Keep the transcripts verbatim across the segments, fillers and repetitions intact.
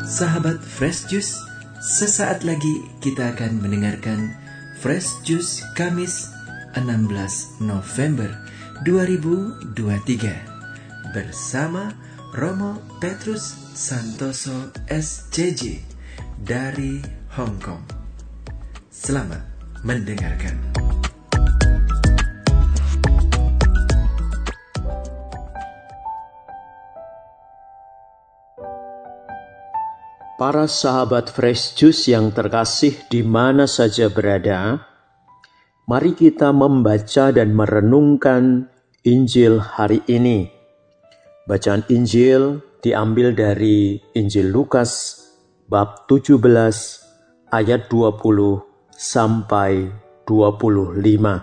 Sahabat Fresh Juice, sesaat lagi kita akan mendengarkan Fresh Juice Kamis enam belas November dua ribu dua puluh tiga bersama Romo Petrus Santoso S J J dari Hong Kong. Selamat mendengarkan. Para sahabat Fresh Juice yang terkasih di mana saja berada, mari kita membaca dan merenungkan Injil hari ini. Bacaan Injil diambil dari Injil Lukas bab tujuh belas ayat dua puluh sampai dua puluh lima.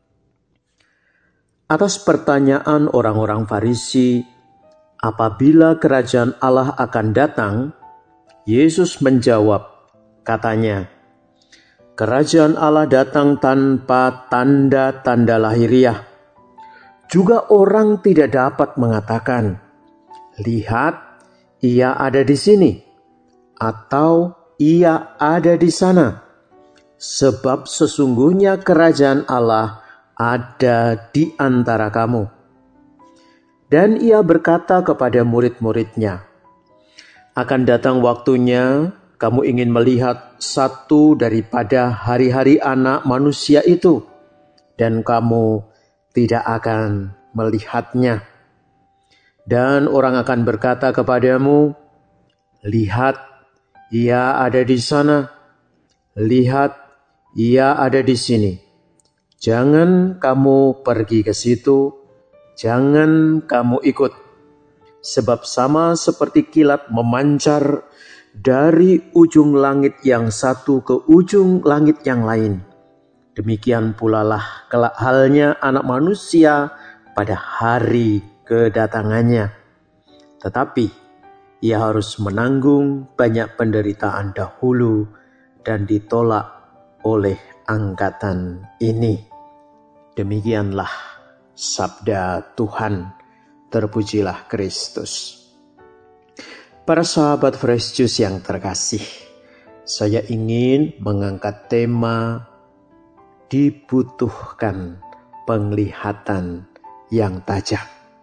Atas pertanyaan orang-orang Farisi, apabila kerajaan Allah akan datang, Yesus menjawab, katanya, "Kerajaan Allah datang tanpa tanda-tanda lahiriah. Juga orang tidak dapat mengatakan, 'Lihat, ia ada di sini,' atau 'ia ada di sana.' Sebab sesungguhnya kerajaan Allah ada di antara kamu." Dan ia berkata kepada murid-muridnya, "Akan datang waktunya kamu ingin melihat satu daripada hari-hari anak manusia itu, dan kamu tidak akan melihatnya. Dan orang akan berkata kepadamu, 'Lihat, ia ada di sana. Lihat, ia ada di sini.' Jangan kamu pergi ke situ, jangan kamu ikut. Sebab sama seperti kilat memancar dari ujung langit yang satu ke ujung langit yang lain, demikian pula lah kelak halnya Anak Manusia pada hari kedatangannya. Tetapi ia harus menanggung banyak penderitaan dahulu dan ditolak oleh angkatan ini." Demikianlah sabda Tuhan. Terpujilah Kristus. Para sahabat Fresh Juice yang terkasih, saya ingin mengangkat tema dibutuhkan penglihatan yang tajam.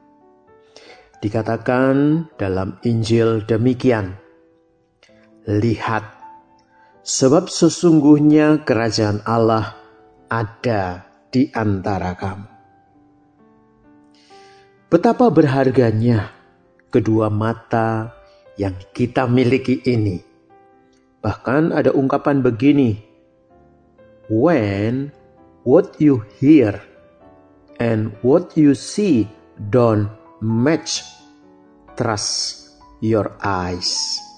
Dikatakan dalam Injil demikian, "Lihat, sebab sesungguhnya kerajaan Allah ada di antara kamu." Betapa berharganya kedua mata yang kita miliki ini. Bahkan ada ungkapan begini, "When what you hear and what you see don't match, trust your eyes."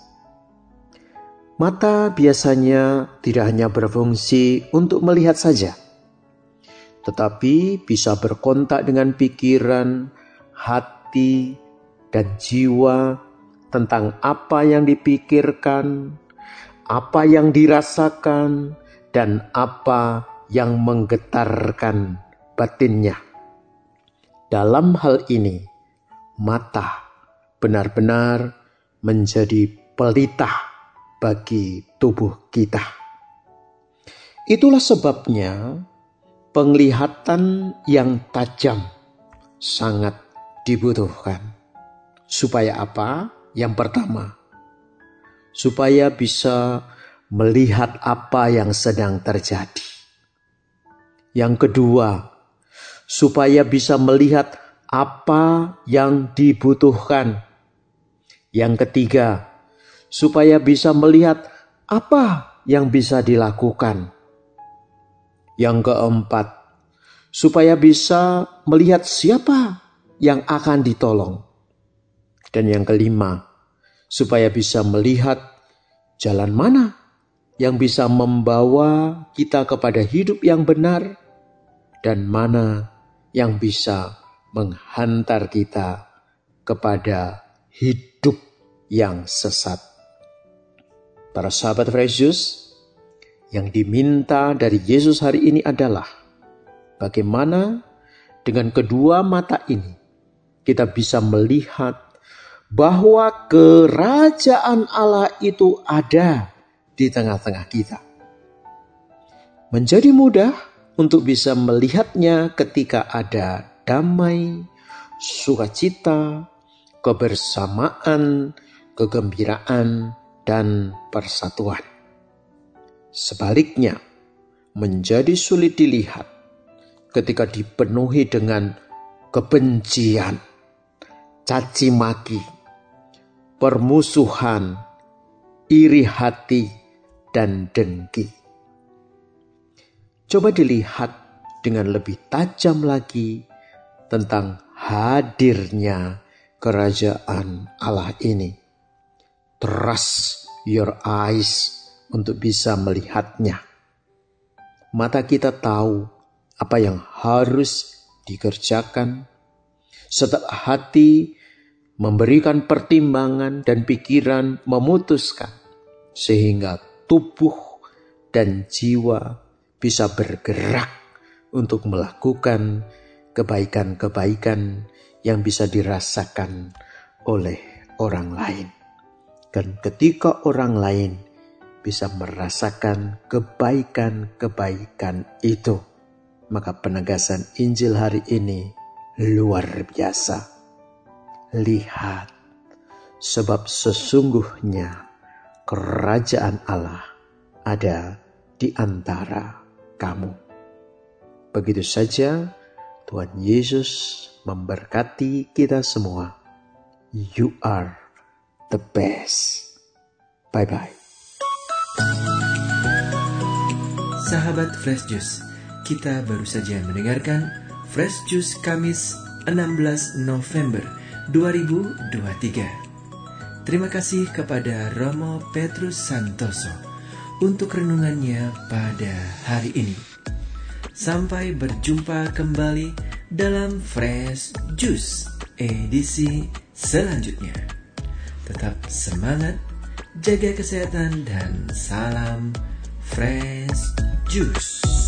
Mata biasanya tidak hanya berfungsi untuk melihat saja, tetapi bisa berkontak dengan pikiran, hati, dan jiwa tentang apa yang dipikirkan, apa yang dirasakan, dan apa yang menggetarkan batinnya. Dalam hal ini, mata benar-benar menjadi pelita bagi tubuh kita. Itulah sebabnya penglihatan yang tajam sangat dibutuhkan. Supaya apa? Yang pertama, supaya bisa melihat apa yang sedang terjadi. Yang kedua, supaya bisa melihat apa yang dibutuhkan. Yang ketiga, supaya bisa melihat apa yang bisa dilakukan. Yang keempat, supaya bisa melihat siapa yang akan ditolong. Dan yang kelima, supaya bisa melihat jalan mana yang bisa membawa kita kepada hidup yang benar dan mana yang bisa menghantar kita kepada hidup yang sesat. Para sahabat Fresh Juice, yang diminta dari Yesus hari ini adalah bagaimana dengan kedua mata ini kita bisa melihat bahwa kerajaan Allah itu ada di tengah-tengah kita. Menjadi mudah untuk bisa melihatnya ketika ada damai, sukacita, kebersamaan, kegembiraan, dan persatuan. Sebaliknya, menjadi sulit dilihat ketika dipenuhi dengan kebencian, caci maki, permusuhan, iri hati, dan dengki. Coba dilihat dengan lebih tajam lagi tentang hadirnya kerajaan Allah ini. Trust your eyes untuk bisa melihatnya. Mata kita tahu apa yang harus dikerjakan, serta hati memberikan pertimbangan dan pikiran memutuskan, sehingga tubuh dan jiwa bisa bergerak untuk melakukan kebaikan-kebaikan yang bisa dirasakan oleh orang lain. Dan ketika orang lain bisa merasakan kebaikan-kebaikan itu, maka penegasan Injil hari ini luar biasa. Lihat, sebab sesungguhnya kerajaan Allah ada di antara kamu. Begitu saja, Tuhan Yesus memberkati kita semua. You are the best. Bye-bye. Sahabat Fresh Juice, kita baru saja mendengarkan Fresh Juice Kamis enam belas November dua ribu dua puluh tiga. Terima kasih kepada Romo Petrus Santoso untuk renungannya pada hari ini. Sampai berjumpa kembali dalam Fresh Juice edisi selanjutnya. Tetap semangat, jaga kesehatan, dan salam Fresh Juice.